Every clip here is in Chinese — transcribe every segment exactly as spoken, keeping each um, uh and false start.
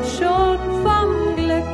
schon vom Glück.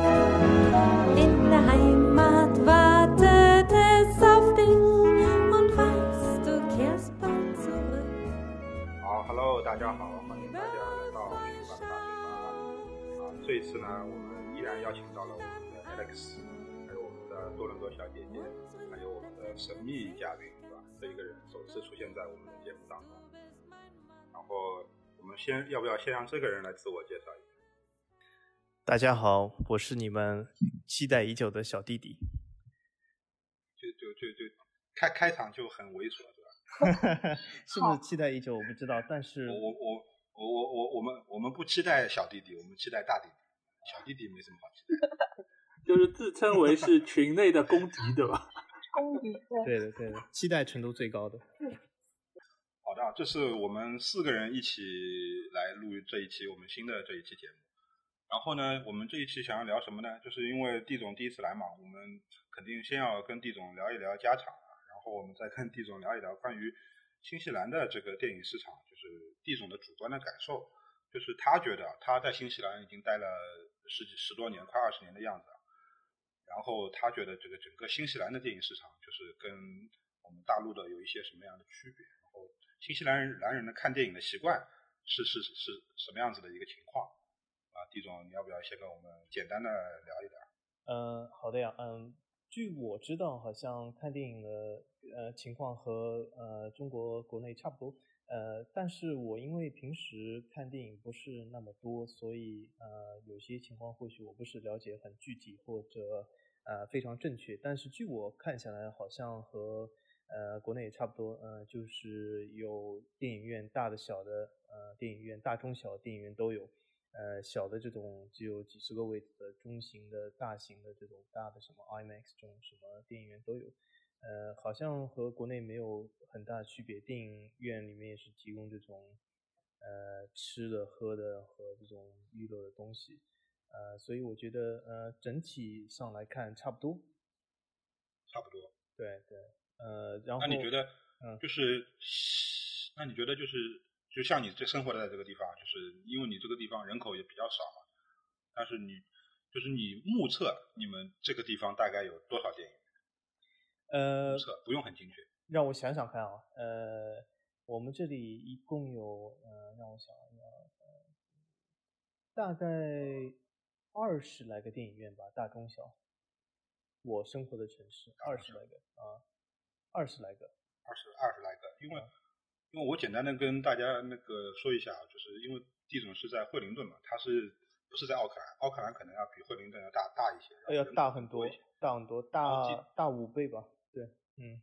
In der Heimat wartet es auf dich und weißt, du kehrst bald zurück. 好 ，Hello， 大家好，欢迎大家来到学霸的大嘴巴。啊，这一次呢，我们依然邀请到了我们的 Alex， 还有我们的多伦多小姐姐，还有我们的神秘嘉宾，是吧？这一个人首次出现在我们的节目当中。然后我们先要不要先让这个人来自我介绍一下？ 大家好，我是你们期待已久的小弟弟。 就就就就开开场就很猥琐，是吧？ 是不是期待已久我不知道，但是我我我我我我们我们不期待小弟弟，我们期待大弟弟。小弟弟没什么好期待， 就是自称为是群内的公敌，对吧？ 公敌，对对的对的，期待程度最高的。 好的，这是我们四个人一起来录这一期我们新的这一期节目。然后呢，我们这一期想要聊什么呢？就是因为地总第一次来嘛，我们肯定先要跟地总聊一聊家常，然后我们再跟地总聊一聊关于新西兰的这个电影市场，就是地总的主观的感受，就是他觉得他在新西兰已经待了十几十多年，快二十年的样子，然后他觉得这个整个新西兰的电影市场就是跟我们大陆的有一些什么样的区别，然后新西兰人男人的看电影的习惯是是是什么样子的一个情况啊？地总，你要不要先跟我们简单的聊一聊？ 呃，好的呀，嗯，据我知道，好像看电影的呃情况和呃中国国内差不多，呃，但是我因为平时看电影不是那么多，所以呃有些情况或许我不是了解很具体或者呃非常正确，但是据我看下来，好像和呃国内也差不多，呃，就是有电影院大的小的呃电影院，大中小电影院都有。呃，小的这种只有几十个位置的，中型的、大型的这种大的什么 IMAX 这种什么电影院都有。呃，好像和国内没有很大的区别。电影院里面也是提供这种呃吃的、喝的和这种娱乐的东西。呃，所以我觉得呃整体上来看差不多。 差不多。 对对。呃，然后那你觉得， 嗯， 就是，嗯、那你觉得就是。就像你这生活在这个地方，就是因为你这个地方人口也比较少嘛，但是你就是你目测你们这个地方大概有多少电影？ 呃， 目测不用很精确。 让我想想看啊，呃，我们这里一共有呃，让我想一下，呃，大概二十来个电影院吧，大中小。我生活的城市二十来个啊，二十来个， 二十二十来个，因为。嗯因为我简单的跟大家那个说一下，就是因为地总是在惠灵顿嘛，他是不是在奥克兰？奥克兰可能要比惠灵顿要大大一些， 要大很多，大很多，大大五倍吧？对，嗯，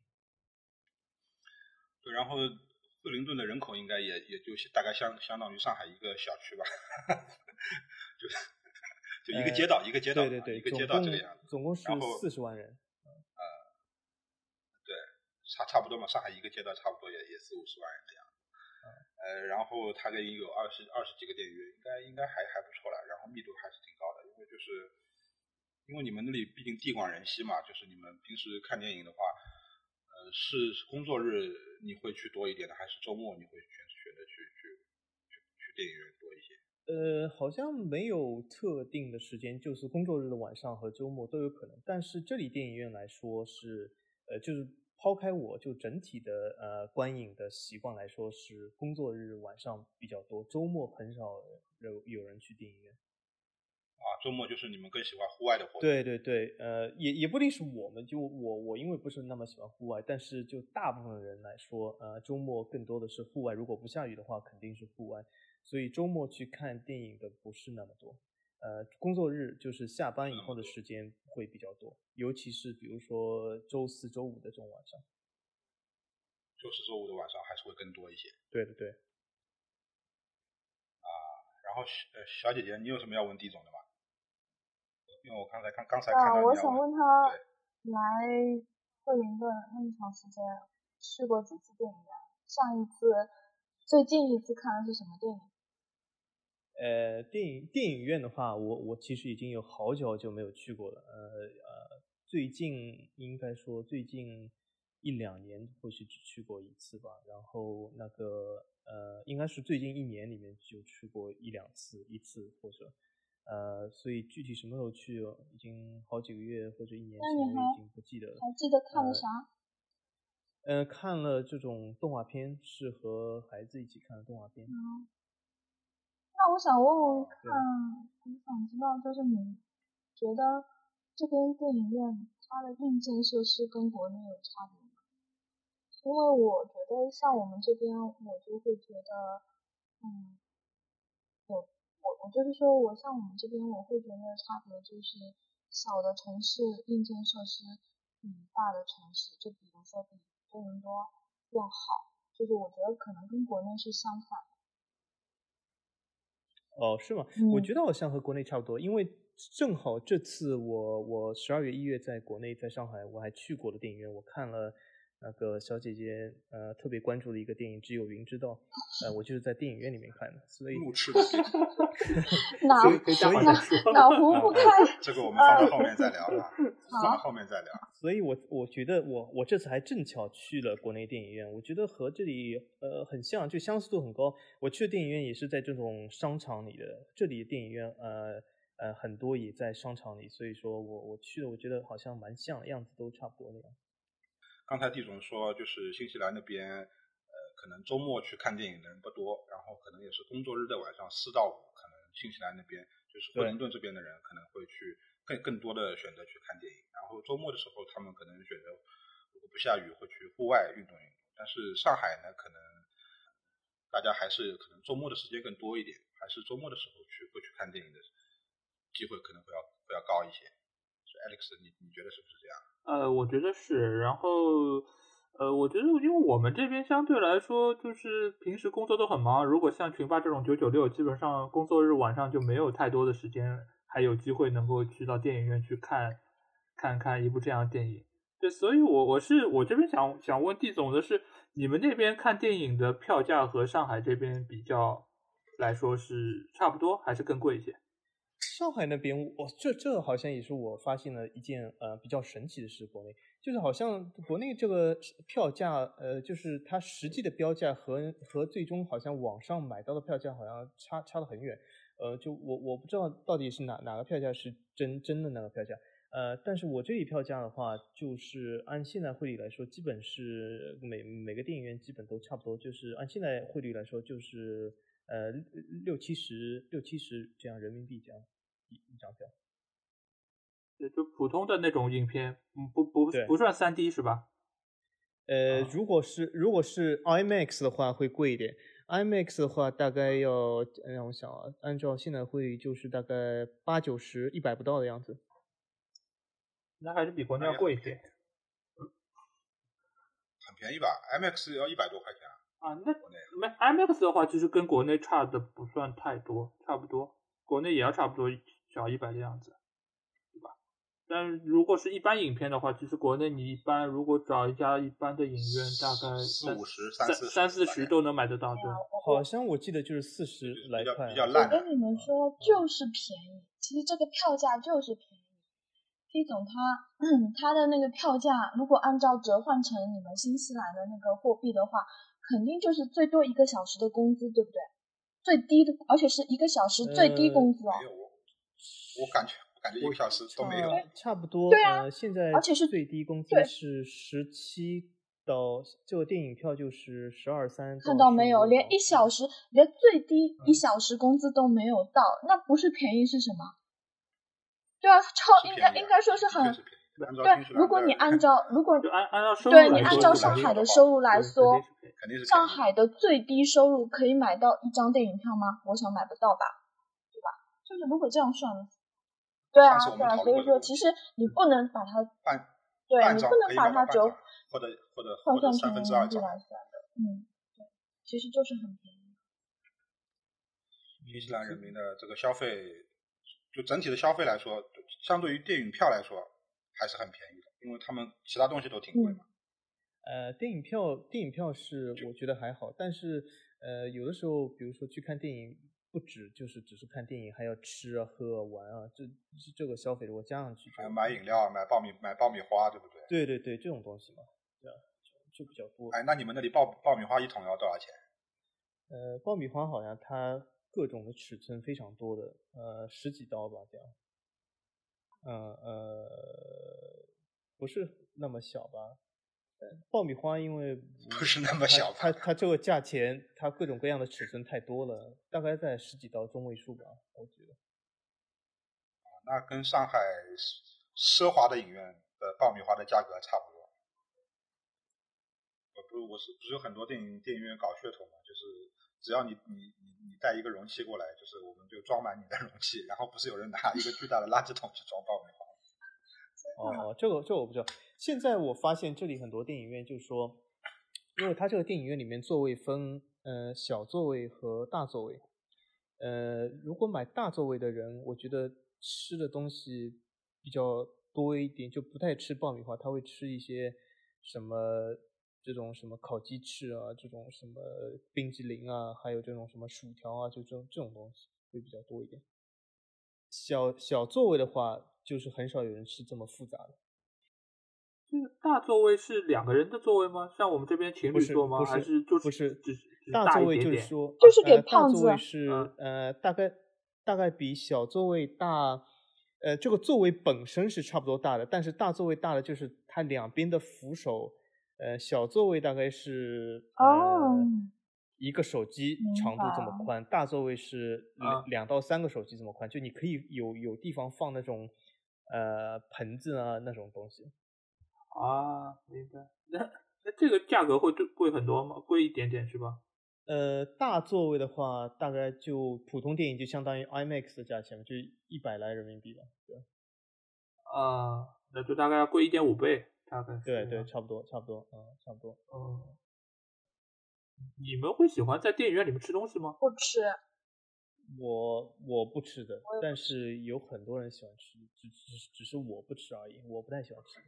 对，然后惠灵顿的人口应该也也就大概相相当于上海一个小区吧，就是就一个街道、呃、一个街道， 对对对， 一个街道这个样子， 总共是四十万人。 差差不多嘛，上海一个街道差不多也也四五十万人的样子，嗯、呃，然后它也有二十二十几个电影院，应该应该还还不错了，然后密度还是挺高的，因为就是因为你们那里毕竟地广人稀嘛，就是你们平时看电影的话，呃，是工作日你会去多一点的，还是周末你会选选择去去去去电影院多一些？ 呃，好像没有特定的时间，就是工作日的晚上和周末都有可能，但是这里电影院来说是呃就是。抛开我就整体的呃观影的习惯来说，是工作日晚上比较多，周末很少有有人去电影院。 啊，周末就是你们更喜欢户外的活动？ 对对对，呃，也也不一定是我们，就我我因为不是那么喜欢户外，但是就大部分人来说，呃，周末更多的是户外。如果不下雨的话，肯定是户外，所以周末去看电影的不是那么多。呃，工作日就是下班以后的时间会比较多，尤其是比如说周四周五的这种晚上。 周四周五的晚上还是会更多一些。 对对对。 啊，然后呃，小姐姐，你有什么要问地总的吗？因为我刚才看刚才看到啊， 你我想问他来惠灵顿那么长时间，去过几次电影院？上一次最近一次看的是什么电影？ 呃，电影电影院的话，我我其实已经有好久好久没有去过了。呃呃，最近应该说最近一两年或许只去过一次吧。然后那个呃，应该是最近一年里面就去过一两次，一次或者呃，所以具体什么时候去，已经好几个月或者一年那你还前我已经不记得了。 还记得看了啥？ 呃，看了这种动画片，是和孩子一起看的动画片。 嗯，那我想问问看，我想知道，就是你觉得这边电影院它的硬件设施跟国内有差别吗？因为我觉得像我们这边，我就会觉得，嗯，有我我就是说我像我们这边，我会觉得差别就是小的城市硬件设施比大的城市，就比如说比多伦多要好，就是我觉得可能跟国内是相反的。 哦，是吗？ 嗯、 我觉得好像和国内差不多，因为正好这次我我十二月一月在国内在上海我还去过了电影院，我看了那个小姐姐呃特别关注的一个电影《只有云知道》，呃我就是在电影院里面看的，所以怒斥的电影哪所以可以待会儿再说。 哪壶不开。 这个我们放到后面再聊啊，放到后面再聊。 所以我我觉得我我这次还正巧去了国内电影院，我觉得和这里呃很像，就相似度很高。我去的电影院也是在这种商场里的，这里的电影院呃呃很多也在商场里，所以说我我去了，我觉得好像蛮像，样子都差不多那样。 刚才地总说，就是新西兰那边呃可能周末去看电影的人不多，然后可能也是工作日的晚上四到五，可能新西兰那边就是惠灵顿这边的人可能会去更更多的选择去看电影，然后周末的时候他们可能选择如果不下雨会去户外运动运动。但是上海呢，可能大家还是可能周末的时间更多一点，还是周末的时候去会去看电影的机会可能会要会要高一些。所以 Alex 你你觉得是不是这样？ 呃，我觉得是，然后，呃，我觉得因为我们这边相对来说就是平时工作都很忙，如果像群霸这种九九六，基本上工作日晚上就没有太多的时间，还有机会能够去到电影院去看，看看一部这样的电影。对，所以我我是我这边想想问地总的是，你们那边看电影的票价和上海这边比较来说是差不多，还是更贵一些？ 上海那边，我这这好像也是我发现了一件呃比较神奇的事，国内就是好像国内这个票价，呃，就是它实际的标价和和最终好像网上买到的票价好像差差得很远，呃，就我我不知道到底是哪哪个票价是真真的那个票价，呃，但是我这里票价的话，就是按现在汇率来说，基本是每每个电影院基本都差不多，就是按现在汇率来说，就是呃六七十六七十这样人民币这样。一张票， 对，就普通的那种影片，嗯，不不不算 三 D 是吧？ 呃， 啊、 如果是如果是 IMAX 的话会贵一点 ，IMAX 的话大概要让我想啊，按照现在汇率就是大概八九十、一百不到的样子。 那还是比国内要贵一些。 很便宜吧 ？IMAX 要一百多块钱啊？那没 IMAX 的话，其实跟国内差的不算太多，差不多，国内也要差不多。小一百的样子，对吧？但如果是一般影片的话，其实国内你一般如果找一家一般的影院，大概四五十、 三四三四十都能买得到。对， 好像我记得就是四十来块。 比较烂的。 我跟你们说，就是便宜。其实这个票价就是便宜。P 总他嗯他的那个票价，如果按照折换成你们新西兰的那个货币的话，肯定就是最多一个小时的工资，对不对？最低的，而且是一个小时最低工资哦。 没有，我我感觉感觉一个小时都没有。 差不多。 对啊， 呃，现在而且是最低工资是十七到，这个电影票就是十二三。 看到没有？连一小时，连最低一小时工资都没有到，嗯、那不是便宜是什么？对啊，超应该应该说是很。对，如果你按照如果按按照收入对你按照上海的收入来说，上海的最低收入可以买到一张电影票吗？我想买不到吧，对吧？就是如果这样算，对啊对啊，所以说其实你不能把它按对你不能把它折或者或者换算成三分之二来算的，嗯，对，其实就是很便宜。 新西兰人民的这个消费，就整体的消费来说，相对于电影票来说。还是很便宜的，因为他们其他东西都挺贵嘛。 嗯、呃，电影票，电影票是我觉得还好，但是呃，有的时候，比如说去看电影，不止就是只是看电影，还要吃啊、喝啊、玩啊，这这个消费如果加上去， 还要买饮料、买爆米、买爆米花，对不对？ 对对对，这种东西嘛，对啊，就就比较多。 哎，那你们那里爆爆米花一桶要多少钱？ 呃，爆米花好像它各种的尺寸非常多的，呃，十几刀吧这样。呃呃，不是那么小吧？爆米花因为不是那么小吧？ 它它它这个价钱，它各种各样的尺寸太多了，大概在十几刀中位数吧，我觉得。 那跟上海奢华的影院的爆米花的价格差不多。我不是我是不是有很多电影电影院搞噱头嘛？就是只要你你你你带一个容器过来，就是我们就装满你的容器，然后不是有人拿一个巨大的垃圾桶去装爆米花。 哦，这个这个我不知道。现在我发现这里很多电影院就是说，因为它这个电影院里面座位分呃小座位和大座位，呃，如果买大座位的人，我觉得吃的东西比较多一点，就不太吃爆米花，他会吃一些什么这种什么烤鸡翅啊，这种什么冰激凌啊，还有这种什么薯条啊，就这种这种东西会比较多一点。小小座位的话，就是很少有人吃这么复杂的。 这个大座位是两个人的座位吗？像我们这边情侣座吗？ 不是还是就是不是只是大座位一点点就是说， 就是给呃、大胖子座位是、 嗯、 呃大概大概比小座位大，呃这个座位本身是差不多大的，但是大座位大的就是它两边的扶手，呃小座位大概是呃、 哦一个手机长度这么宽，大座位是两、两到三个手机这么宽，就你可以有有地方放那种呃盆子啊那种东西。 啊，明白。那那这个价格会贵很多吗？贵一点点是吧？ 呃，大座位的话，大概就普通电影就相当于 IMAX 的价钱嘛，就一百来人民币吧。对。 啊，那就大概要贵一点五倍，大概是。 对对，差不多，差不多，嗯，差不多。 嗯。你们会喜欢在电影院里面吃东西吗？ 不吃。 我我不吃的， 不吃但是有很多人喜欢吃，只只只是我不吃而已，我不太喜欢吃。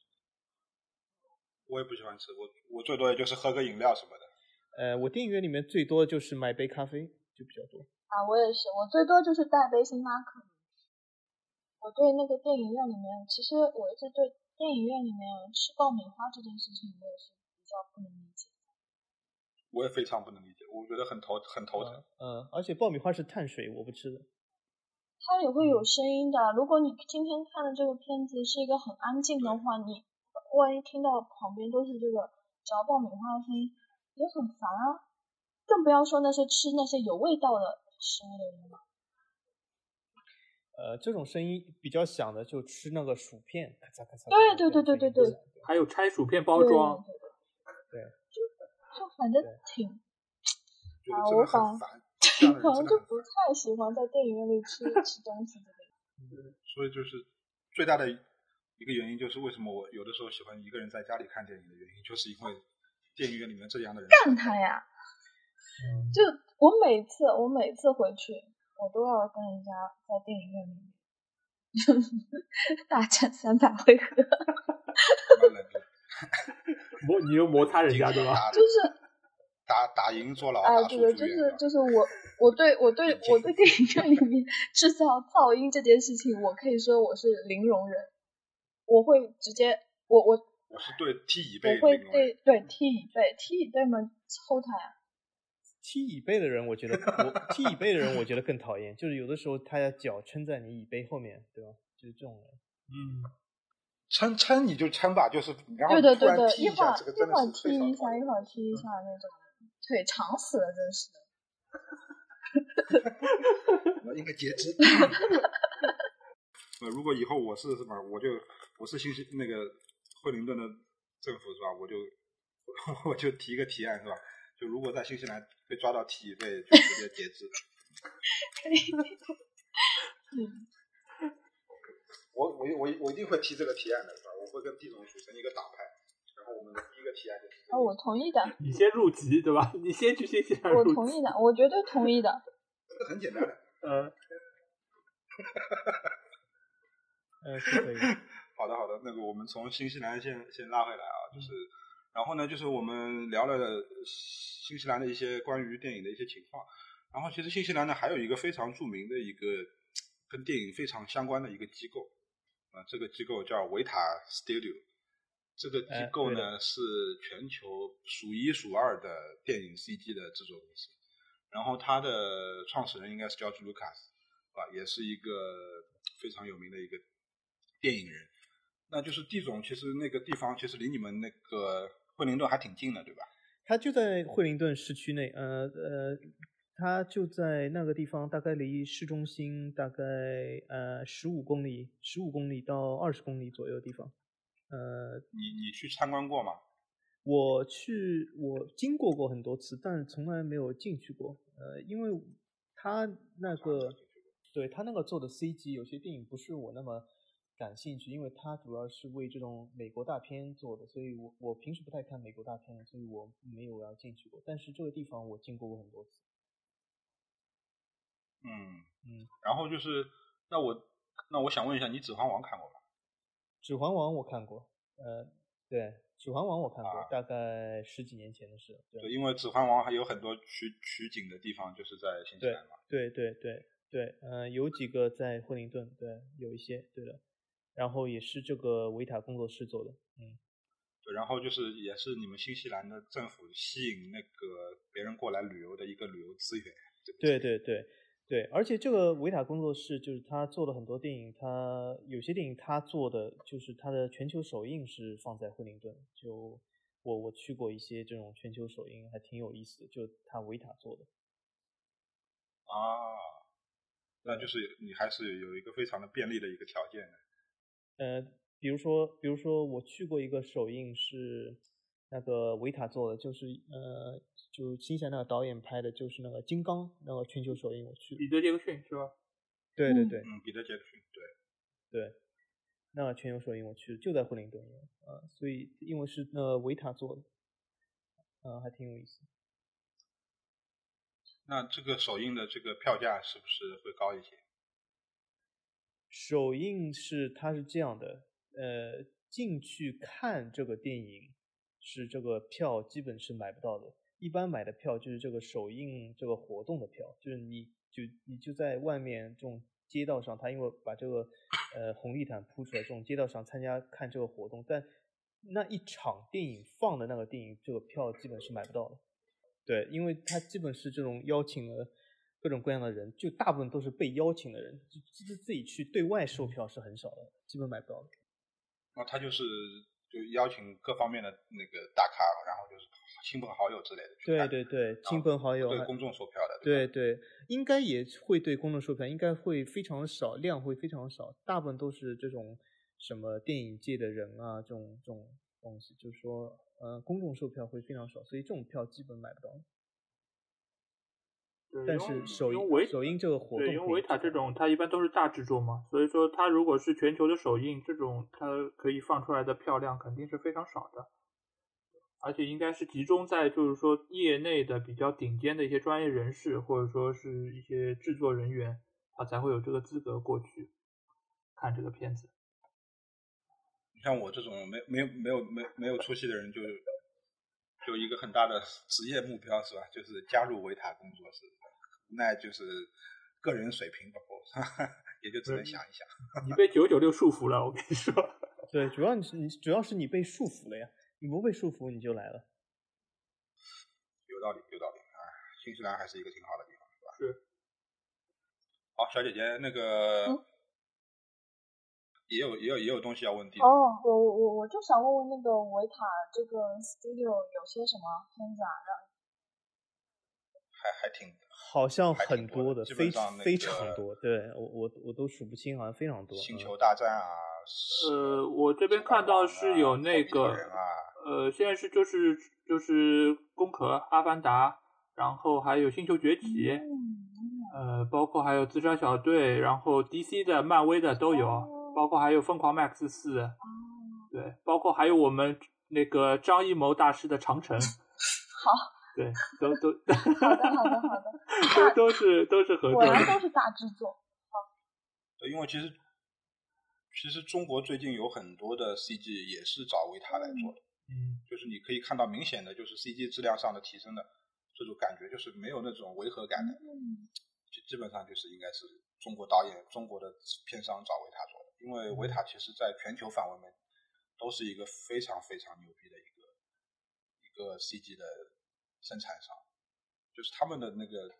我也不喜欢吃，我我最多也就是喝个饮料什么的。 呃，我电影院里面最多就是买杯咖啡，就比较多。 啊，我也是，我最多就是带杯星巴克。我对那个电影院里面，其实我一直对电影院里面吃爆米花这件事情，我也是比较不能理解。 我也非常不能理解，我觉得很头很头疼。 嗯，嗯而且爆米花是碳水，我不吃的。 它也会有声音的，如果你今天看的这个片子是一个很安静的话，你万一听到旁边都是这个嚼爆米花的声音，也很烦啊。更不要说那些吃那些有味道的食物的人了。 呃，这种声音比较响的，就吃那个薯片，咔嚓咔嚓。 对对对对对对。 还有拆薯片包装。 对对对。 对。 就就反正挺。 啊，我反反正就不太喜欢在电影院里吃吃东西这个。 所以就是最大的一个原因，就是为什么我有的时候喜欢一个人在家里看电影的原因，就是因为电影院里面这样的人干他呀。就我每次我每次回去，我都要跟人家在电影院里面大战三百回合。 摩你又摩擦人家对吧？ 就是打打赢坐牢。 啊，对对，就是就是我我对我对我对电影院里面制造噪音这件事情，我可以说我是零容忍。我会直接我我我是对踢椅背， 我会对对踢椅背踢椅背嘛抽他呀。 踢椅背的人，我觉得我踢椅背的人，我觉得更讨厌。就是有的时候他的脚撑在你椅背后面，对吧？就是这种人。 嗯， 撑撑你就撑吧，就是然后对对对对， 一会儿这个真的一会儿是非常踢一下，一会儿踢一下那种，腿长死了，真是的。我应该截肢。呃，如果以后我是什么，我就我是新西那个惠灵顿的政府是吧？我就我就提一个提案是吧？就如果在新西兰被抓到踢椅背，就直接截肢。 可以。嗯。 我我我我一定会提这个提案的是吧？我会跟地总组成一个党派，然后我们的第一个提案就是。 啊，我同意的。 你先入籍对吧？你先去新西兰入籍。 我同意的，我绝对同意的。 这个很简单的。 嗯。 嗯，是可以。 好的好的，那个我们从新西兰先先拉回来啊，就是，然后呢，就是我们聊了新西兰的一些关于电影的一些情况，然后其实新西兰呢还有一个非常著名的一个跟电影非常相关的一个机构，啊、呃，这个机构叫维塔 Studio， 这个机构呢、呃、是全球数一数二的电影 C G 的制作公司， 然后他的创始人应该是 George Lucas， 啊，也是一个非常有名的一个电影人。那就是地总，其实那个地方其实离你们那个惠灵顿还挺近的，对吧？ 它就在惠灵顿市区内，呃呃，它就在那个地方，大概离市中心大概呃十五公里，十五公里到二十公里左右的地方。呃， 你你去参观过吗？ 我去，我经过过很多次，但从来没有进去过。呃，因为他那个，对他那个做的 C G， 有些电影不是我那么感兴趣，因为他主要是为这种美国大片做的，所以我我平时不太看美国大片，所以我没有要进去过。但是这个地方我进过过很多次。 嗯嗯， 然后就是那我那我想问一下，你《指环王》看过吗？ 指环王我看过，呃，对，指环王我看过， 啊、 大概十几年前的事。对， 对，因为《指环王》还有很多取取景的地方，就是在新西兰嘛。 对对对对，呃，有几个在惠灵顿，对，有一些，对的。然后也是这个维塔工作室做的，嗯。 对，然后就是也是你们新西兰的政府吸引那个别人过来旅游的一个旅游资源。 对对对对，而且这个维塔工作室就是他做了很多电影，他有些电影他做的就是他的全球首映是放在惠灵顿，就我我去过一些这种全球首映，还挺有意思的，就他维塔做的。 啊，那就是你还是有一个非常的便利的一个条件的。 呃，比如说，比如说我去过一个首映是那个维塔做的，就是呃，就新西兰那个导演拍的，就是那个金刚那个全球首映我去。 彼得·杰克逊是吧？ 对对对， 嗯，彼得·杰克逊，对对，那个全球首映我去就在惠灵顿啊、呃，所以因为是那个维塔做的，啊、呃，还挺有意思。 那这个首映的这个票价是不是会高一些？ 首映是它是这样的，呃，进去看这个电影是这个票基本是买不到的，一般买的票就是这个首映这个活动的票，就是你就你就在外面这种街道上，他因为把这个呃红地毯铺出来，这种街道上参加看这个活动，但那一场电影放的那个电影，这个票基本是买不到的。对，因为他基本是这种邀请了各种各样的人，就大部分都是被邀请的人，自自自己去对外售票是很少的，基本买不到的。 那他就是就邀请各方面的那个大咖，然后就是亲朋好友之类的。 对对对，亲朋好友对公众售票的。 对 对, 对，应该也会对公众售票，应该会非常少，量会非常少，大部分都是这种什么电影界的人啊，这种这种东西，就是说呃公众售票会非常少，所以这种票基本买不到。但是首映首映这个活动， 对，因为维塔这种它一般都是大制作嘛，所以说它如果是全球的首映，这种它可以放出来的票量肯定是非常少的，而且应该是集中在就是说业内的比较顶尖的一些专业人士或者说是一些制作人员，他才会有这个资格过去看这个片子。 像我这种没没有没有没没有出息的人就，就一个很大的职业目标是吧？就是加入维塔工作室，那就是个人水平不够，也就只能想一想。 你被九九六束缚了，我跟你说。 对，主要你主要是你被束缚了呀，你不被束缚你就来了。 有道理，有道理啊！新西兰还是一个挺好的地方，是吧？ 是。 好，小姐姐，那个。嗯也有也有也有东西要问地总。 哦，我我我就想问问那个维塔这个 studio 有些什么片子啊？ 还还挺好像很多的，非常、那个、非常多。对我我我都数不清，好像非常多。 星球大战啊， 呃，我这边看到是有那个， 啊、 呃，现在是就是就是攻壳、阿凡达，然后还有星球崛起， 嗯、 呃，包括还有自杀小队，然后 D C 的、漫威的都有。哦，包括还有疯狂 Max 四，哦，对，包括还有我们那个张艺谋大师的长城， 好， 对，都都， 好的好的好的， 都都是都是合作的， 果然都是大制作。好， 对，因为其实其实中国最近有很多的 C G 也是找维塔来做的， 嗯， 就是你可以看到明显的就是 C G 质量上的提升的这种感觉，就是没有那种违和感的， 嗯， 就基本上就是应该是中国导演、中国的片商找维塔做的。因为维塔其实在全球范围内都是一个非常非常牛逼的一个一个 C G 的生产商，就是他们的那个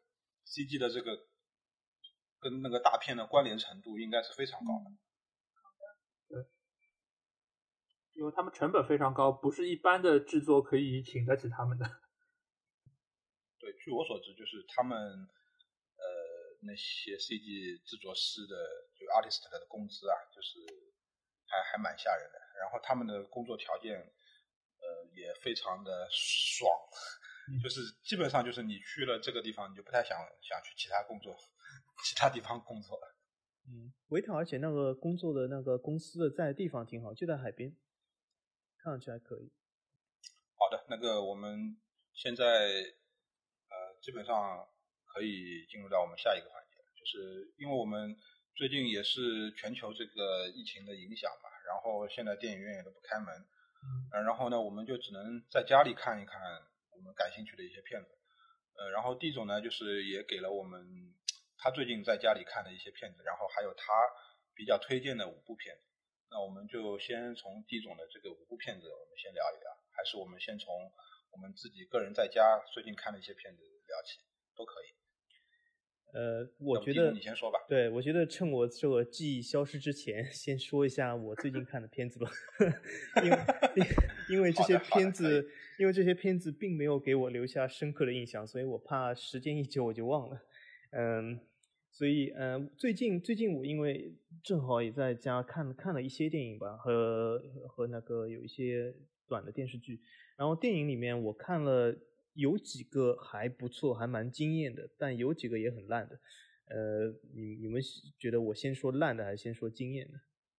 C G 的这个跟那个大片的关联程度应该是非常高的。 对，因为他们成本非常高，不是一般的制作可以请得起他们的。 对，据我所知，就是他们呃那些 C G 制作师的就 artist 的工资啊，就是还还蛮吓人的。然后他们的工作条件呃也非常的爽，嗯、就是基本上就是你去了这个地方，你就不太想想去其他工作，其他地方工作了。 嗯，维塔，而且那个工作的那个公司的在地方挺好，就在海边，看上去还可以。 好的，那个我们现在呃基本上可以进入到我们下一个环节，就是因为我们最近也是全球这个疫情的影响嘛，然后现在电影院也都不开门，嗯、呃，然后呢我们就只能在家里看一看我们感兴趣的一些片子，呃，然后D总呢就是也给了我们他最近在家里看的一些片子，然后还有他比较推荐的五部片子。那我们就先从D总的这个五部片子我们先聊一聊，还是我们先从我们自己个人在家最近看的一些片子聊起，都可以。 呃，我觉得你先说吧。 对，我觉得趁我这个记忆消失之前，先说一下我最近看的片子吧，因为因为这些片子，因为这些片子并没有给我留下深刻的印象，所以我怕时间一久我就忘了。嗯，所以嗯、呃，最近最近我因为正好也在家看看了一些电影吧，和和那个有一些短的电视剧，然后电影里面我看了。有几个还不错，还蛮惊艳的，但有几个也很烂的。呃，你你们觉得我先说烂的，还是先说惊艳的？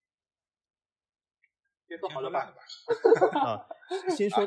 先说好的吧。 啊，先说。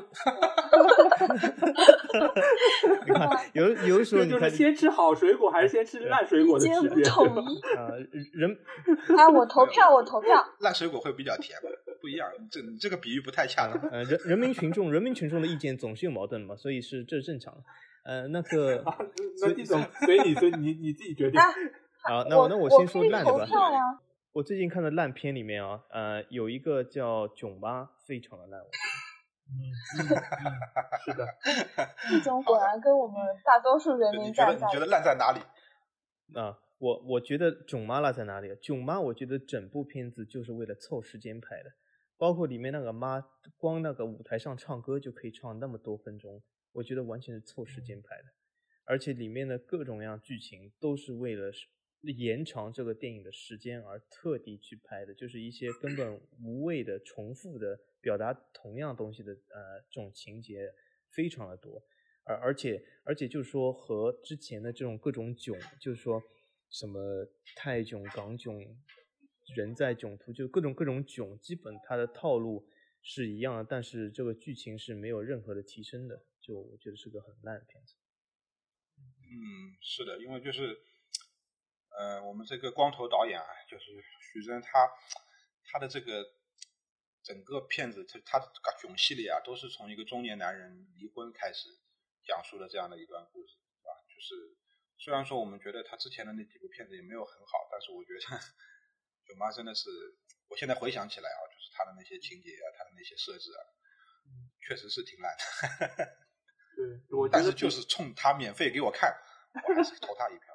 你看，有有的时候你看， 就是先吃好水果还是先吃烂水果的区别？ 统一啊，人。 哎，我投票，我投票。 烂水果会比较甜吧？不一样，这你这个比喻不太恰当。 呃，人人民群众，人民群众的意见总是有矛盾的嘛，所以是这是正常的。呃，那个， 啊、那这种随你随你你自己决定。 好，那我那我先说烂的吧。 我, 我最近看的烂片里面啊，呃，有一个叫《囧妈》，非常的烂，我觉得。嗯嗯，是的。 这种果然跟我们大多数人民站在。 你觉得你觉得烂在哪里？ 啊。我我觉得囧妈烂在哪里？囧妈我觉得整部片子就是为了凑时间拍的，包括里面那个妈，光那个舞台上唱歌就可以唱那么多分钟，我觉得完全是凑时间拍的，而且里面的各种各样剧情都是为了延长这个电影的时间而特地去拍的，就是一些根本无谓的重复的表达同样东西的呃这种情节非常的多，而而且而且就是说和之前的这种各种囧，就是说什么泰囧、港囧、人在囧途，就各种各种囧，基本它的套路是一样的，但是这个剧情是没有任何的提升的，就我觉得是个很烂的片子。 嗯，是的，因为就是呃，我们这个光头导演啊，就是徐峥，他他的这个整个片子，他的囧系列啊，都是从一个中年男人离婚开始讲述的这样的一段故事，是吧？就是虽然说我们觉得他之前的那几部片子也没有很好，但是我觉得囧妈真的是，我现在回想起来啊，就是他的那些情节啊，他的那些设置啊，嗯、确实是挺烂的。 对，我但是就是冲他免费给我看，我还是投他一票。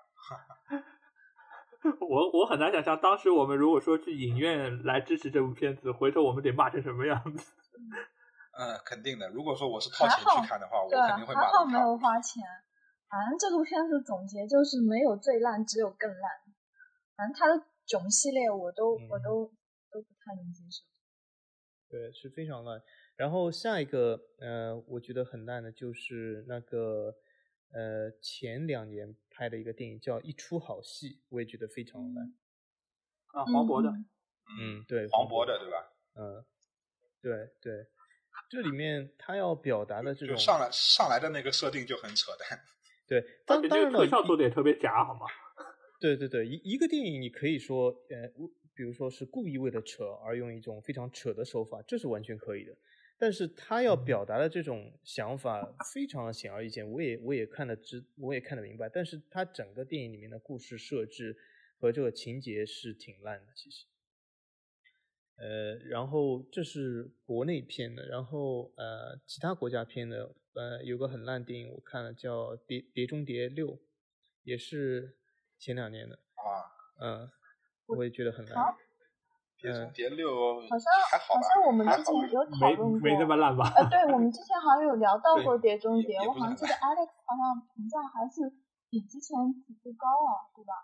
我我很难想象，当时我们如果说去影院来支持这部片子，回头我们得骂成什么样子。 嗯，肯定的。如果说我是掏钱去看的话，我肯定会骂。 还好没有花钱。反正这部片子总结就是没有最烂，只有更烂。反正它的囧系列我都、嗯、我都都不太能接受。 对，是非常烂。然后下一个呃，我觉得很烂的就是那个呃前两年拍的一个电影叫《一出好戏》，我也觉得非常烂。 嗯、啊，黄渤的。 嗯，对， 黄渤的对吧？ 嗯，对对，这里面他要表达的这种就上来上来的那个设定就很扯淡。 对，当当然了， 特效做的也特别假，好吗？ 对对对，一一个电影你可以说，呃，比如说是故意为了扯而用一种非常扯的手法，这是完全可以的。但是他要表达的这种想法非常的显而易见，我也我也看得知，我也看得明白。但是他整个电影里面的故事设置和这个情节是挺烂的，其实。呃，然后这是国内片的，然后呃，其他国家片的，呃，有个很烂电影我看了，叫《碟碟中谍六》， 也是前两年的啊。 嗯，我也觉得很烂。 好， 碟中谍六好像还好吧？ 好像我们之前有讨没论过， 没那么烂吧？ 呃，对，我们之前好像有聊到过《碟中谍》， 也我好像记得 Alex 好像评价还是比之前几部高啊，对吧？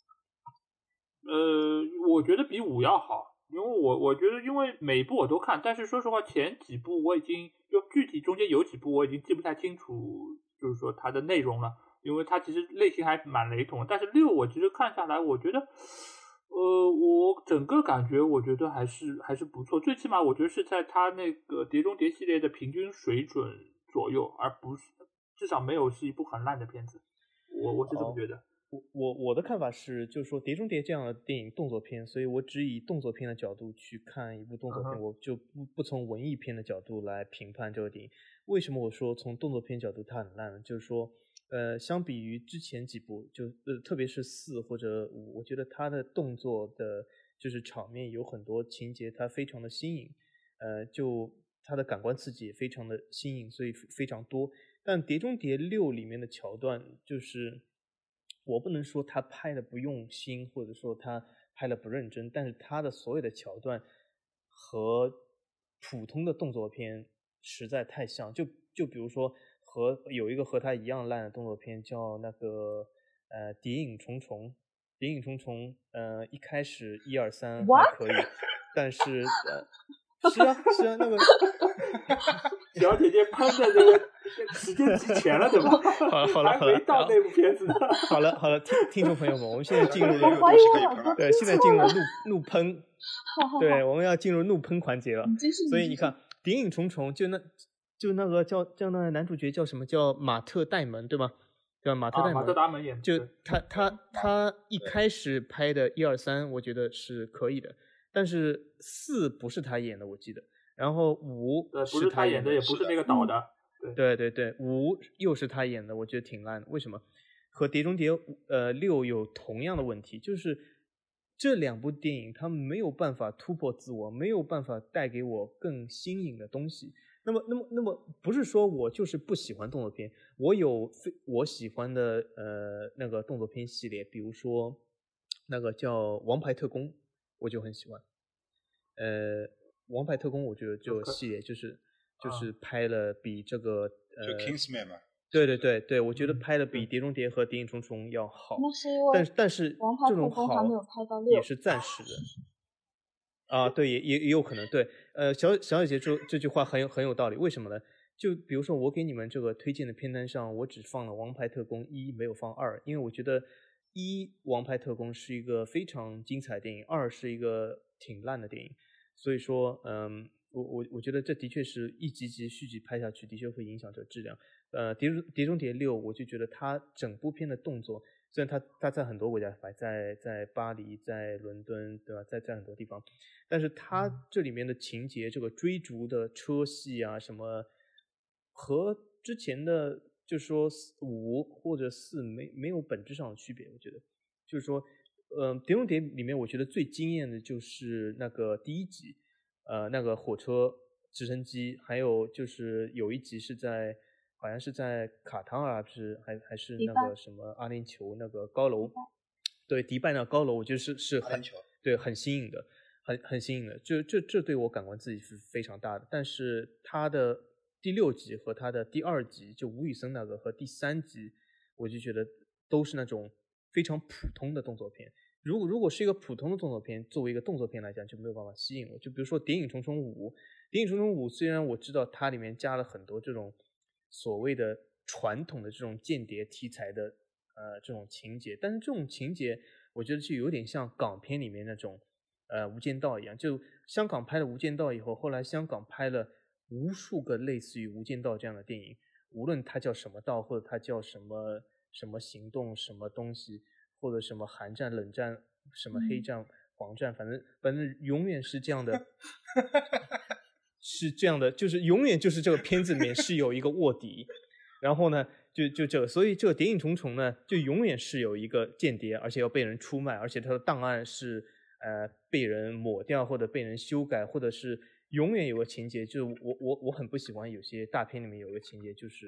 呃，我觉得比五要好，因为我我觉得因为每一部我都看，但是说实话前几部我已经就具体中间有几部我已经记不太清楚，就是说它的内容了，因为它其实类型还蛮雷同。但是六我其实看下来，我觉得，呃，我整个感觉我觉得还是还是不错，最起码我觉得是在它那个碟中谍系列的平均水准左右，而不是至少没有是一部很烂的片子，我我是这么觉得。 哦我我我的看法是，就是说《碟中谍》这样的电影动作片，所以我只以动作片的角度去看一部动作片， uh-huh. 我就不不从文艺片的角度来评判这个电影。为什么我说从动作片角度它很烂呢？就是说，呃，相比于之前几部，就呃特别是四或者五，我觉得它的动作的，就是场面有很多情节它非常的新颖，呃，就它的感官刺激也非常的新颖，所以非常多。但《碟中谍六》里面的桥段就是。我不能说他拍的不用心，或者说他拍的不认真，但是他的所有的桥段和普通的动作片实在太像。就就比如说和有一个和他一样烂的动作片叫那个呃《谍影重重》，《谍影重重》呃一开始一二三还可以，但是呃是啊是啊那个小姐姐喷的这个。时间提前了，对吧？ 好了好了好了， 还没到那部片子呢。 好了好了，听听众朋友们，我们现在进入我怀疑我老公对，现在进入怒怒喷，对，我们要进入怒喷环节了。所以你看，《谍影重重》就那就那个叫叫那个男主角叫什么？叫马特·戴蒙，对吧？对吧？马特·戴蒙， 啊、马特·达蒙演的。 就他他他一开始拍的一二三，我觉得是可以的，但是四不是他演的，我记得。然后五是他演的，也不是那个导的。 对对对，五又是他演的，我觉得挺烂的。为什么？和《碟中谍》呃六有同样的问题，就是这两部电影它没有办法突破自我，没有办法带给我更新颖的东西。那么，那么，那么不是说我就是不喜欢动作片，我有非我喜欢的呃那个动作片系列，比如说那个叫《王牌特工》，我就很喜欢。呃，《王牌特工》我觉得这个系列就是。就是拍了比这个呃， 就 Kingsman 嘛， 对对对对，我觉得拍的比《碟中谍》和《谍影重重》要好。 那是因为但是但是这种好也是暂时的。啊，对，也也也有可能对。呃，小小姐姐说这句话很有很有道理，为什么呢？就比如说我给你们这个推荐的片单上，我只放了《王牌特工一》，没有放二，因为我觉得一《王牌特工》是一个非常精彩的电影，二是一个挺烂的电影，所以说嗯。我我我觉得这的确是一集集续集拍下去，的确会影响这个质量。呃，碟碟中谍六，我就觉得它整部片的动作，虽然它它在很多国家拍，在在巴黎，在伦敦，对吧？在在很多地方，但是它这里面的情节，这个追逐的车戏啊什么，和之前的就是说五或者四没没有本质上的区别。我觉得就是说，呃，碟中谍里面我觉得最惊艳的就是那个第一集。呃，那个火车、直升机，还有就是有一集是在，好像是在卡塔尔，不是还还是那个什么阿联酋那个高楼，对，迪拜那个高楼，我觉得是是很对很新颖的，很很新颖的，这这这对我感官刺激是非常大的。但是它的第六集和它的第二集，就吴宇森那个和第三集，我就觉得都是那种非常普通的动作片。如果如果是一个普通的动作片，作为一个动作片来讲，就没有办法吸引我。就比如说《谍影重重五》，《谍影重重五》虽然我知道它里面加了很多这种所谓的传统的这种间谍题材的呃这种情节，但是这种情节我觉得就有点像港片里面那种呃《无间道》一样。就香港拍了《无间道》以后，后来香港拍了无数个类似于《无间道》这样的电影，无论它叫什么道，或者它叫什么什么行动什么东西。或者什么寒战、冷战、什么黑战、黄战，反正反正永远是这样的，是这样的，就是永远就是这个片子里面是有一个卧底，然后呢，就就这个，所以这个谍影重重呢，就永远是有一个间谍，而且要被人出卖，而且他的档案是呃被人抹掉或者被人修改，或者是永远有个情节，就是我我我很不喜欢有些大片里面有个情节，就是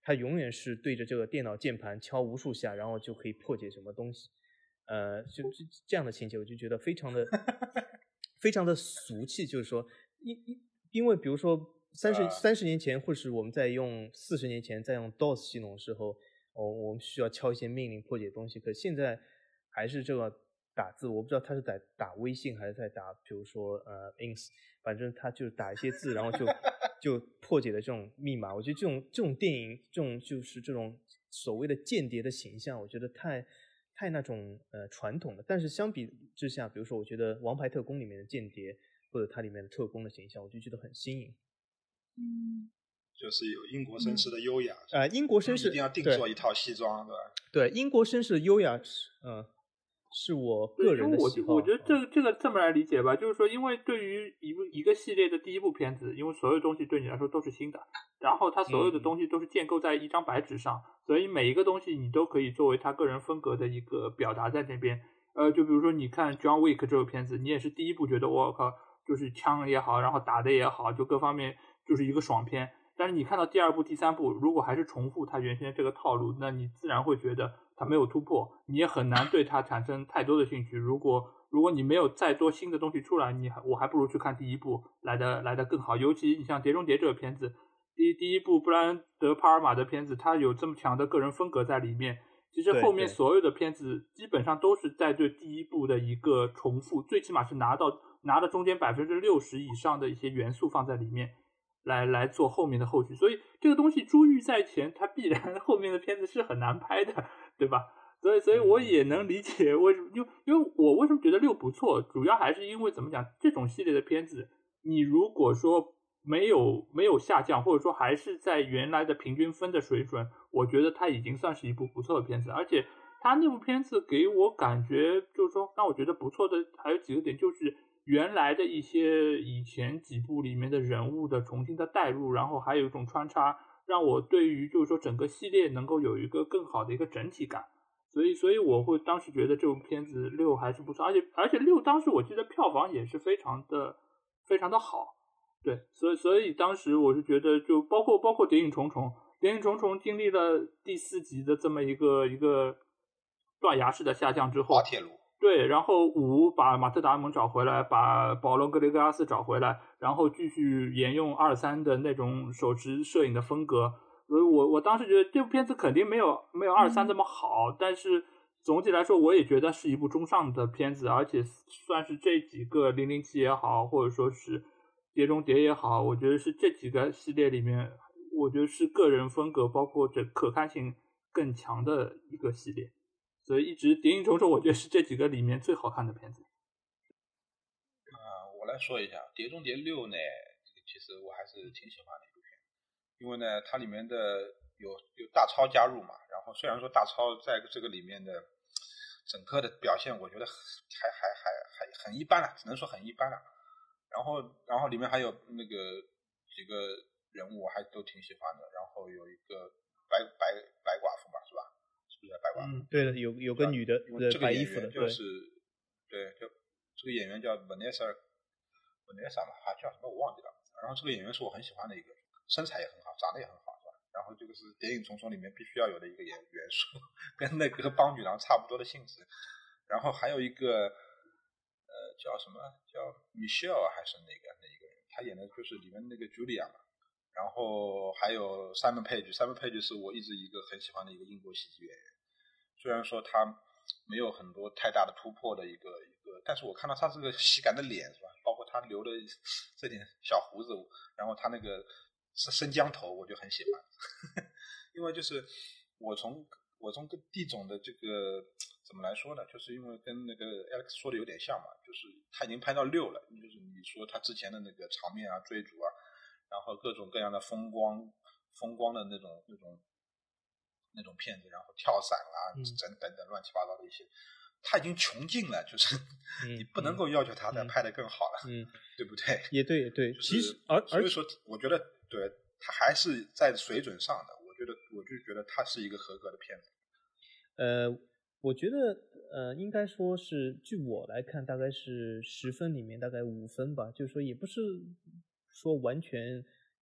他永远是对着这个电脑键盘敲无数下，然后就可以破解什么东西。呃，就就这样的情节，我就觉得非常的非常的俗气。就是说，因因因为比如说三十三十年前，或是我们在用四十年前在用 D O S 系统的时候，哦，我们需要敲一些命令破解东西。可现在还是这个打字，我不知道他是在打微信还是在打，比如说呃 ins， 反正他就打一些字，然后就就破解的这种密码。我觉得这种这种电影，这种就是这种所谓的间谍的形象，我觉得太太那种呃传统了。但是相比之下，比如说我觉得《王牌特工》里面的间谍或者它里面的特工的形象，我就觉得很新颖。 嗯， 就是有英国绅士的优雅。 呃，英国绅士一定要定做一套西装，对吧？ 对，英国绅士的优雅，嗯。是我个人的喜好。 我我觉得这个这个这么来理解吧，就是说，因为对于一部一个系列的第一部片子，因为所有东西对你来说都是新的，然后它所有的东西都是建构在一张白纸上，嗯、所以每一个东西你都可以作为他个人风格的一个表达在那边。呃，就比如说你看 John Wick 这个片子，你也是第一部觉得我靠，就是枪也好，然后打的也好，就各方面就是一个爽片。但是你看到第二部、第三部，如果还是重复它原先这个套路，那你自然会觉得它没有突破，你也很难对它产生太多的兴趣。如果如果你没有再多新的东西出来，你我还不如去看第一部来的来的更好。尤其你像《碟中谍》这个片子，第第一部布兰德·帕尔玛的片子，它有这么强的个人风格在里面。其实后面所有的片子基本上都是在对第一部的一个重复，最起码是拿到拿了中间百分之六十以上的一些元素放在里面。来来做后面的后续，所以这个东西珠玉在前，它必然后面的片子是很难拍的，对吧？所以所以我也能理解为什么，因为因为我为什么觉得六不错，主要还是因为怎么讲，这种系列的片子，你如果说没有没有下降，或者说还是在原来的平均分的水准，我觉得它已经算是一部不错的片子。而且它那部片子给我感觉就是说让我觉得不错的还有几个点，就是原来的一些以前几部里面的人物的重新的带入，然后还有一种穿插，让我对于就是说整个系列能够有一个更好的一个整体感。所以所以我会当时觉得这部片子六还是不错，而且而且六当时我记得票房也是非常的非常的好。对，所以所以当时我是觉得就包括包括谍影重重，谍影重重经历了第四集的这么一个一个断崖式的下降之后， 滑铁卢。 对，然后五把马特·达蒙找回来，把保罗·格雷格拉斯找回来，然后继续沿用二三的那种手持摄影的风格。所以我我当时觉得这部片子肯定没有没有二三这么好，嗯、但是总体来说我也觉得是一部中上的片子，而且算是这几个零零七也好，或者说是碟中谍也好，我觉得是这几个系列里面，我觉得是个人风格包括这可看性更强的一个系列。所以一直谍影重重我觉得是这几个里面最好看的片子。 呃，我来说一下碟中谍六呢，这个其实我还是挺喜欢的一部片，因为呢它里面的有有大超加入嘛，然后虽然说大超在这个里面的整个的表现我觉得还还还还很一般了，只能说很一般了。然后然后里面还有那个几个人物我还都挺喜欢的，然后有一个白白白寡妇嘛，是吧？白寡妇， 嗯，对的，有有个女的， 这个演白衣服的， 员就是对，就这个演员叫 Vanessa Vanessa 嘛，还叫什么我忘记了。然后这个演员是我很喜欢的一个，身材也很好，长得也很好，是吧？然后这个是谍影重重里面必须要有的一个元元素，跟那个邦女郎差不多的性质。然后还有一个呃叫什么叫 Michelle 还是那个那一个人，他演的就是里面那个 Julia 嘛。然后还有 Simon Pegg，Simon Pegg 是我一直一个很喜欢的一个英国喜剧演员。虽然说他没有很多太大的突破的一个一个，但是我看到他这个喜感的脸，是吧？包括他留的这点小胡子，然后他那个生姜头，我就很喜欢。因为就是我从我从跟地总的这个怎么来说呢？就是因为跟那个 Alex 说的有点像嘛，就是他已经拍到六了，就是你说他之前的那个场面啊、追逐啊。然后各种各样的风光风光的那种那种那种片子，然后跳伞啊、嗯、等等等乱七八糟的一些，他已经穷尽了，就是你不能够要求他再拍得更好了，嗯，对不对？ 也对也对， 就是、 其实而所以说我觉得对他还是在水准上的，我觉得我就觉得他是一个合格的片子。 呃，我觉得呃应该说是据我来看大概是十分里面大概五分吧，就是说也不是说完全一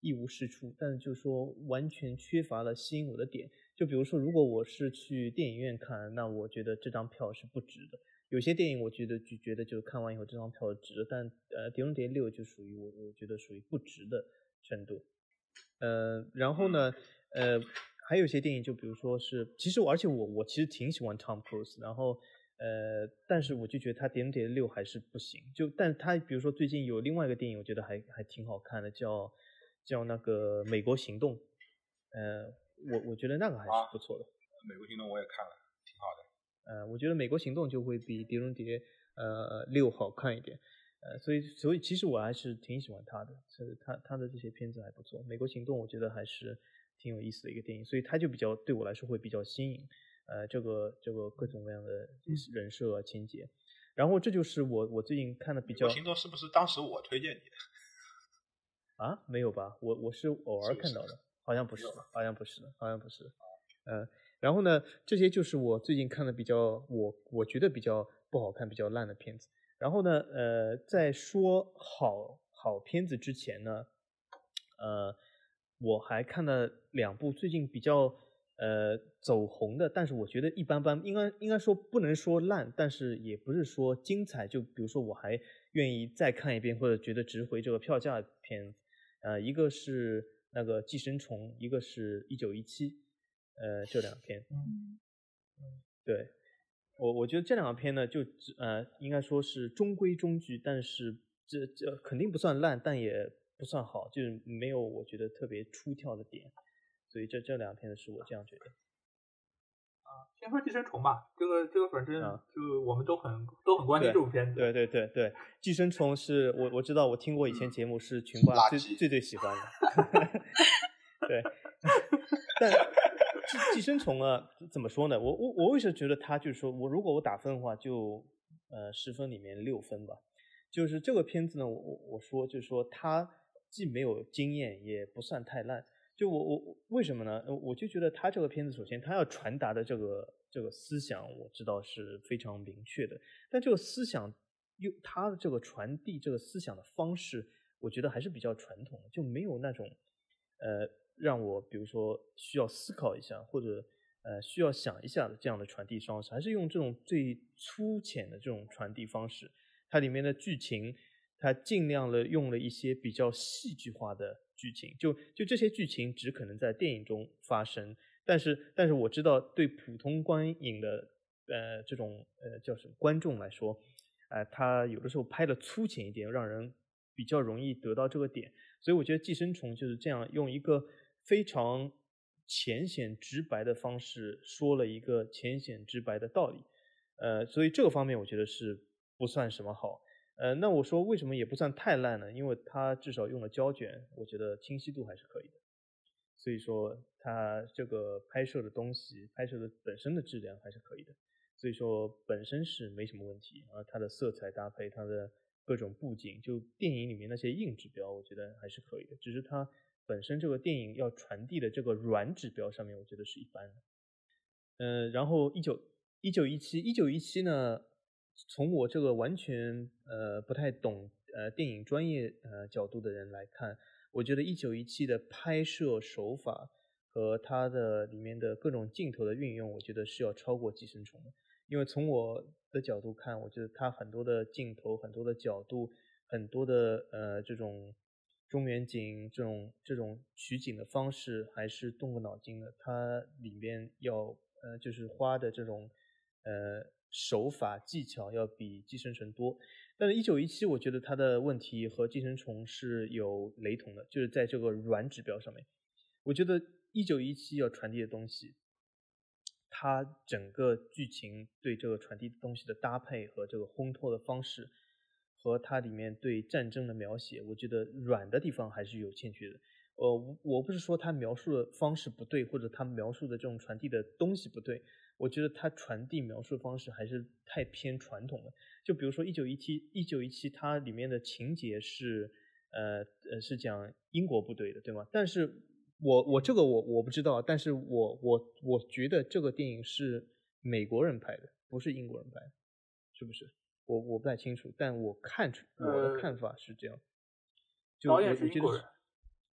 一无是处，但是就是说完全缺乏了吸引我的点。就比如说，如果我是去电影院看，那我觉得这张票是不值的。有些电影我觉得就觉得就看完以后这张票值，但呃《碟中谍六》就属于我我觉得属于不值的程度。呃，然后呢，呃，还有一些电影就比如说是，其实我而且我我其实挺喜欢 Tom Cruise， 然后呃，但是我就觉得他《碟中谍六》还是不行。就但他比如说最近有另外一个电影，我觉得还还挺好看的，叫叫那个《美国行动》，呃，我我觉得那个还是不错的。 啊，美国行动我也看了，挺好的。 呃，我觉得《美国行动》就会比《碟中谍》呃六好看一点，呃，所以所以其实我还是挺喜欢他的，所以他他的这些片子还不错，《美国行动》我觉得还是挺有意思的一个电影，所以他就比较对我来说会比较新颖，呃，这个这个各种各样的人设啊情节，然后这就是我我最近看的比较。 美国行动是不是当时我推荐你的？ 啊，没有吧？我我是偶尔看到的， 是是好像不是，好像不是，好像不是，呃。然后呢，这些就是我最近看的比较我我觉得比较不好看、比较烂的片子。然后呢，呃，在说好好片子之前呢，呃，我还看了两部最近比较呃走红的，但是我觉得一般般，应该应该说不能说烂，但是也不是说精彩。就比如说，我还愿意再看一遍，或者觉得值回这个票价的片子。呃，一个是那个《寄生虫》，一个是一九一七。呃，这两篇， 嗯， 对，我我觉得这两篇呢，就呃，应该说是中规中矩，但是这这肯定不算烂，但也不算好，就是没有我觉得特别出挑的点，所以这这两篇是我这样觉得。 啊，先说寄生虫吧，这个这个反正啊就我们都很都很关心这部片子。 对对对对，寄生虫是我我知道，我听过以前节目是群霸最最最喜欢的。对，但。寄寄生虫啊，怎么说呢？我我我为什么觉得它就是说我如果我打分的话就，呃十分里面六分吧。就是这个片子呢，我我我说就是说它既没有惊艳，也不算太烂。就我我为什么呢？我就觉得它这个片子首先它要传达的这个这个思想，我知道是非常明确的，但这个思想又它的这个传递这个思想的方式，我觉得还是比较传统的，就没有那种呃。让我比如说需要思考一下，或者呃需要想一下的这样的传递方式，还是用这种最粗浅的这种传递方式。它里面的剧情，它尽量的用了一些比较戏剧化的剧情，就就这些剧情只可能在电影中发生，但是但是我知道对普通观影的呃这种呃叫什么观众来说，呃他有的时候拍的粗浅一点，让人比较容易得到这个点。所以我觉得寄生虫就是这样用一个非常浅显直白的方式说了一个浅显直白的道理，呃，所以这个方面我觉得是不算什么好。呃，那我说为什么也不算太烂呢？因为它至少用了胶卷，我觉得清晰度还是可以的。所以说它这个拍摄的东西，拍摄的本身的质量还是可以的。所以说本身是没什么问题，而它的色彩搭配，它的各种布景，就电影里面那些硬指标，我觉得还是可以的。只是它本身这个电影要传递的这个软指标上面，我觉得是一般的。呃，然后一九一九一七一九一七呢，从我这个完全呃不太懂呃电影专业呃角度的人来看，我觉得一九一七的拍摄手法和它的里面的各种镜头的运用，我觉得是要超过寄生虫的。因为从我的角度看，我觉得它很多的镜头、很多的角度、很多的呃这种中远景、这种这种取景的方式，还是动过脑筋的。它里面要呃就是花的这种呃手法技巧要比寄生虫多。但是一九一七我觉得它的问题和寄生虫是有雷同的，就是在这个软指标上面。我觉得一九一七要传递的东西，它整个剧情对这个传递东西的搭配和这个烘托的方式，和它里面对战争的描写，我觉得软的地方还是有欠缺的。呃，我不是说它描述的方式不对，或者它描述的这种传递的东西不对，我觉得它传递描述的方式还是太偏传统了。就比如说一九一七一九一七它里面的情节是呃呃是讲英国部队的，对吗？但是我我这个我我不知道，但是我我我觉得这个电影是美国人拍的，不是英国人拍的，是不是？我我不太清楚，但我看出我的看法是这样。就导演是英国人。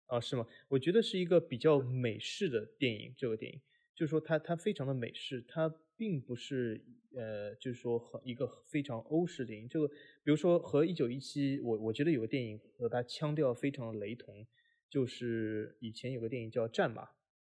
啊，是吗？我觉得是一个比较美式的电影，这个电影就是说它它非常的美式，它并不是呃，就是说和一个非常欧式电影。这个比如说和一九一七，我我觉得有个电影和它腔调非常的雷同，就是以前有个电影叫《战马》，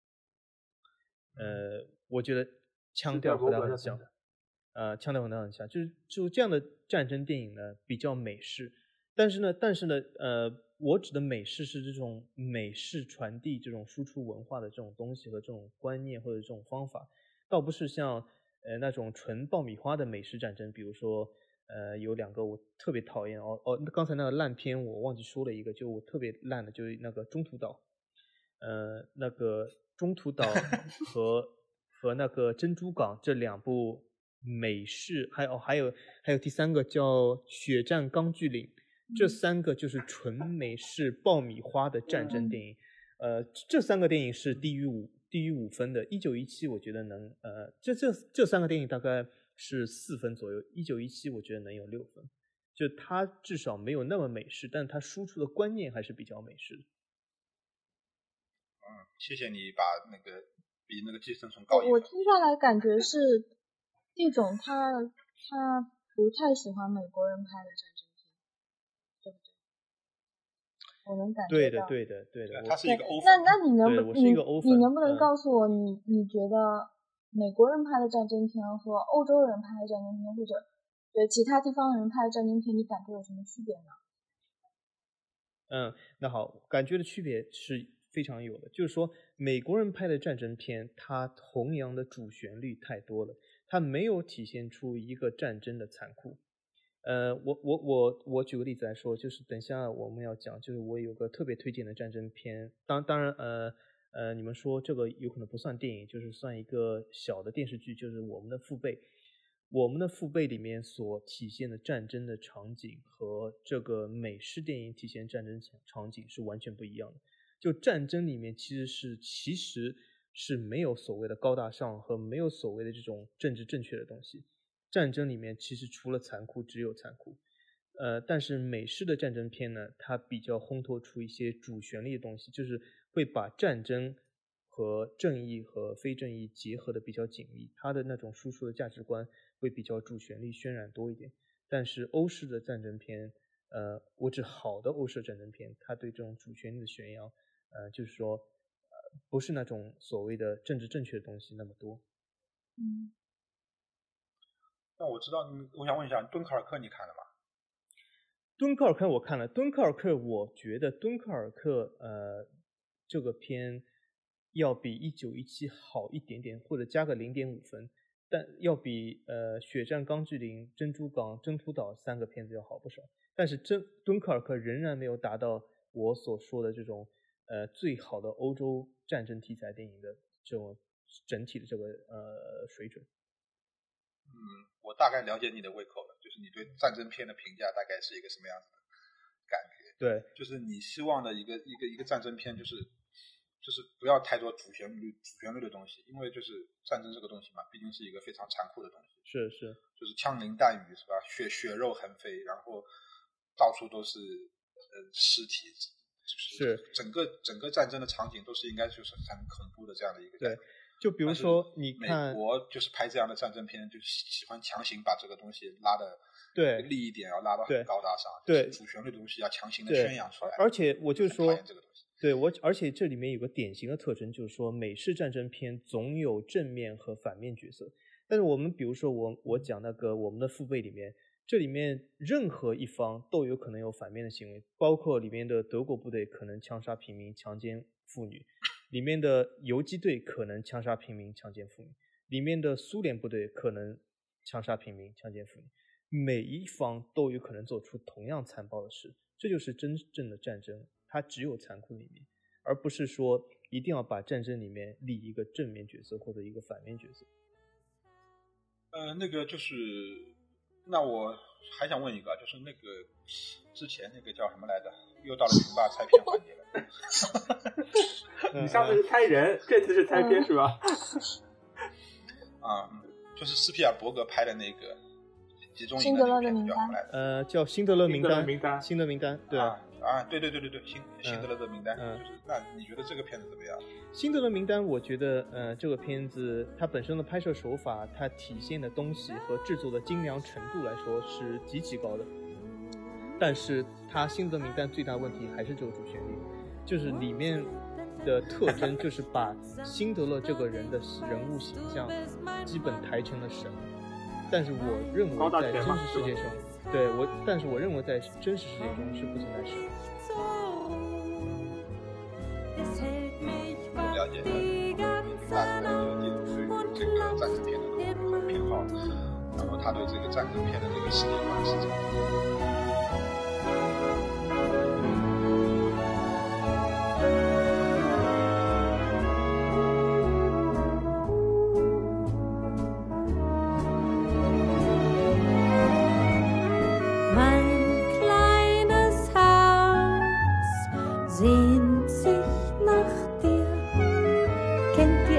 呃，我觉得腔调和它很像。呃，腔调和它很像，就是就这样的战争电影呢，比较美式，但是呢，但是呢，呃，我指的美式是这种美式传递这种输出文化的这种东西和这种观念或者这种方法，倒不是像呃那种纯爆米花的美式战争，比如说呃有两个我特别讨厌哦哦，刚才那个烂片我忘记说了一个，就我特别烂的，就是那个中途岛，呃，那个中途岛和和那个珍珠港这两部。美式，还有还有还有第三个叫《血战钢锯岭》，这三个就是纯美式爆米花的战争电影。呃，这三个电影是低于五低于五分的。一九一七我觉得能，呃，这这这三个电影大概是四分左右，一九一七我觉得能有六分。就它至少没有那么美式，但它输出的观念还是比较美式的。 嗯，谢谢你把那个比那个寄生虫高一分。 我听下来感觉是。这种他他不太喜欢美国人拍的战争片，对不对？我能感觉到。 对的，对的，对的。 他是一个欧粉。 那那你能不你你能不能告诉我，你你觉得美国人拍的战争片和欧洲人拍的战争片，或者对其他地方的人拍的战争片，你感觉有什么区别呢？ 嗯，那好，感觉的区别是非常有的。就是说，美国人拍的战争片，它弘扬的主旋律太多了。它没有体现出一个战争的残酷，呃，我我我我举个例子来说，就是等一下我们要讲，就是我有个特别推荐的战争片，当当然呃呃，你们说这个有可能不算电影，就是算一个小的电视剧，就是我们的父辈，我们的父辈里面所体现的战争的场景和这个美式电影体现战争场景是完全不一样的。就战争里面其实是其实。是没有所谓的高大上和没有所谓的这种政治正确的东西，战争里面其实除了残酷只有残酷，呃，但是美式的战争片呢，它比较烘托出一些主旋律的东西，就是会把战争和正义和非正义结合的比较紧密，它的那种输出的价值观会比较主旋律渲染多一点。但是欧式的战争片，呃，我指好的欧式战争片，它对这种主旋律的宣扬，呃，就是说。不是那种所谓的政治正确的东西那么多。 嗯。 那我知道，我想问一下，敦刻尔克你看了吗？ 敦刻尔克我看了，敦刻尔克我觉得敦刻尔克呃这个片要比一九一七好一点点，或者加个零点五分，但要比呃血战钢锯岭、珍珠港、征途岛三个片子要好不少。但是真敦刻尔克仍然没有达到我所说的这种。呃，最好的欧洲战争题材电影的这种整体的这个呃水准。 嗯，我大概了解你的胃口了，就是你对战争片的评价大概是一个什么样子的感觉？ 对， 就是你希望的一个一个一个战争片，就是就是不要太多主旋律主旋律的东西，因为就是战争这个东西嘛，毕竟是一个非常残酷的东西。 是是， 就是枪林弹雨是吧？血血肉横飞，然后到处都是呃尸体。就是整个整个战争的场景都是应该就是很恐怖的这样的一个。 对，就比如说你看美国就是拍这样的战争片，就喜欢强行把这个东西拉的对利一点，要拉到很高大上， 对， 就是主旋律的东西要强行的宣扬出来。 而且我就说， 这个东西对我，而且这里面有个典型的特征，就是说美式战争片总有正面和反面角色，但是我们比如说我我讲那个我们的父辈里面。这里面任何一方都有可能有反面的行为，包括里面的德国部队可能枪杀平民、强奸妇女，里面的游击队可能枪杀平民、强奸妇女，里面的苏联部队可能枪杀平民、强奸妇女，每一方都有可能做出同样残暴的事，这就是真正的战争，它只有残酷的一面，而不是说一定要把战争里面立一个正面角色或者一个反面角色。 呃，那个就是。那我还想问一个，就是那个之前那个叫什么来着？又到了群霸猜片环节了。你上次是猜人，这次是猜片是吧？ 啊、嗯，就是斯皮尔伯格拍的那个集中营的那个片叫什么来着？呃，叫《辛德勒名单》。 名单， 辛德勒名单，对。 啊， 啊，对对对对对，辛辛德勒的名单， 嗯， 就是那你觉得这个片子怎么样？ 辛德勒名单，我觉得呃，这个片子它本身的拍摄手法，它体现的东西和制作的精良程度来说是极其高的。但是它辛德勒名单最大问题还是这个主旋律，就是里面的特征就是把辛德勒这个人的人物形象基本抬成了神。但是我认为在真实世界上，对我，但是我认为在真实世界中是不存在神。 我了解了，明白了，也对这个战争片的偏好，然后他对这个战争片的这个世界观是这样。 sehnt sich nach dir, kennt die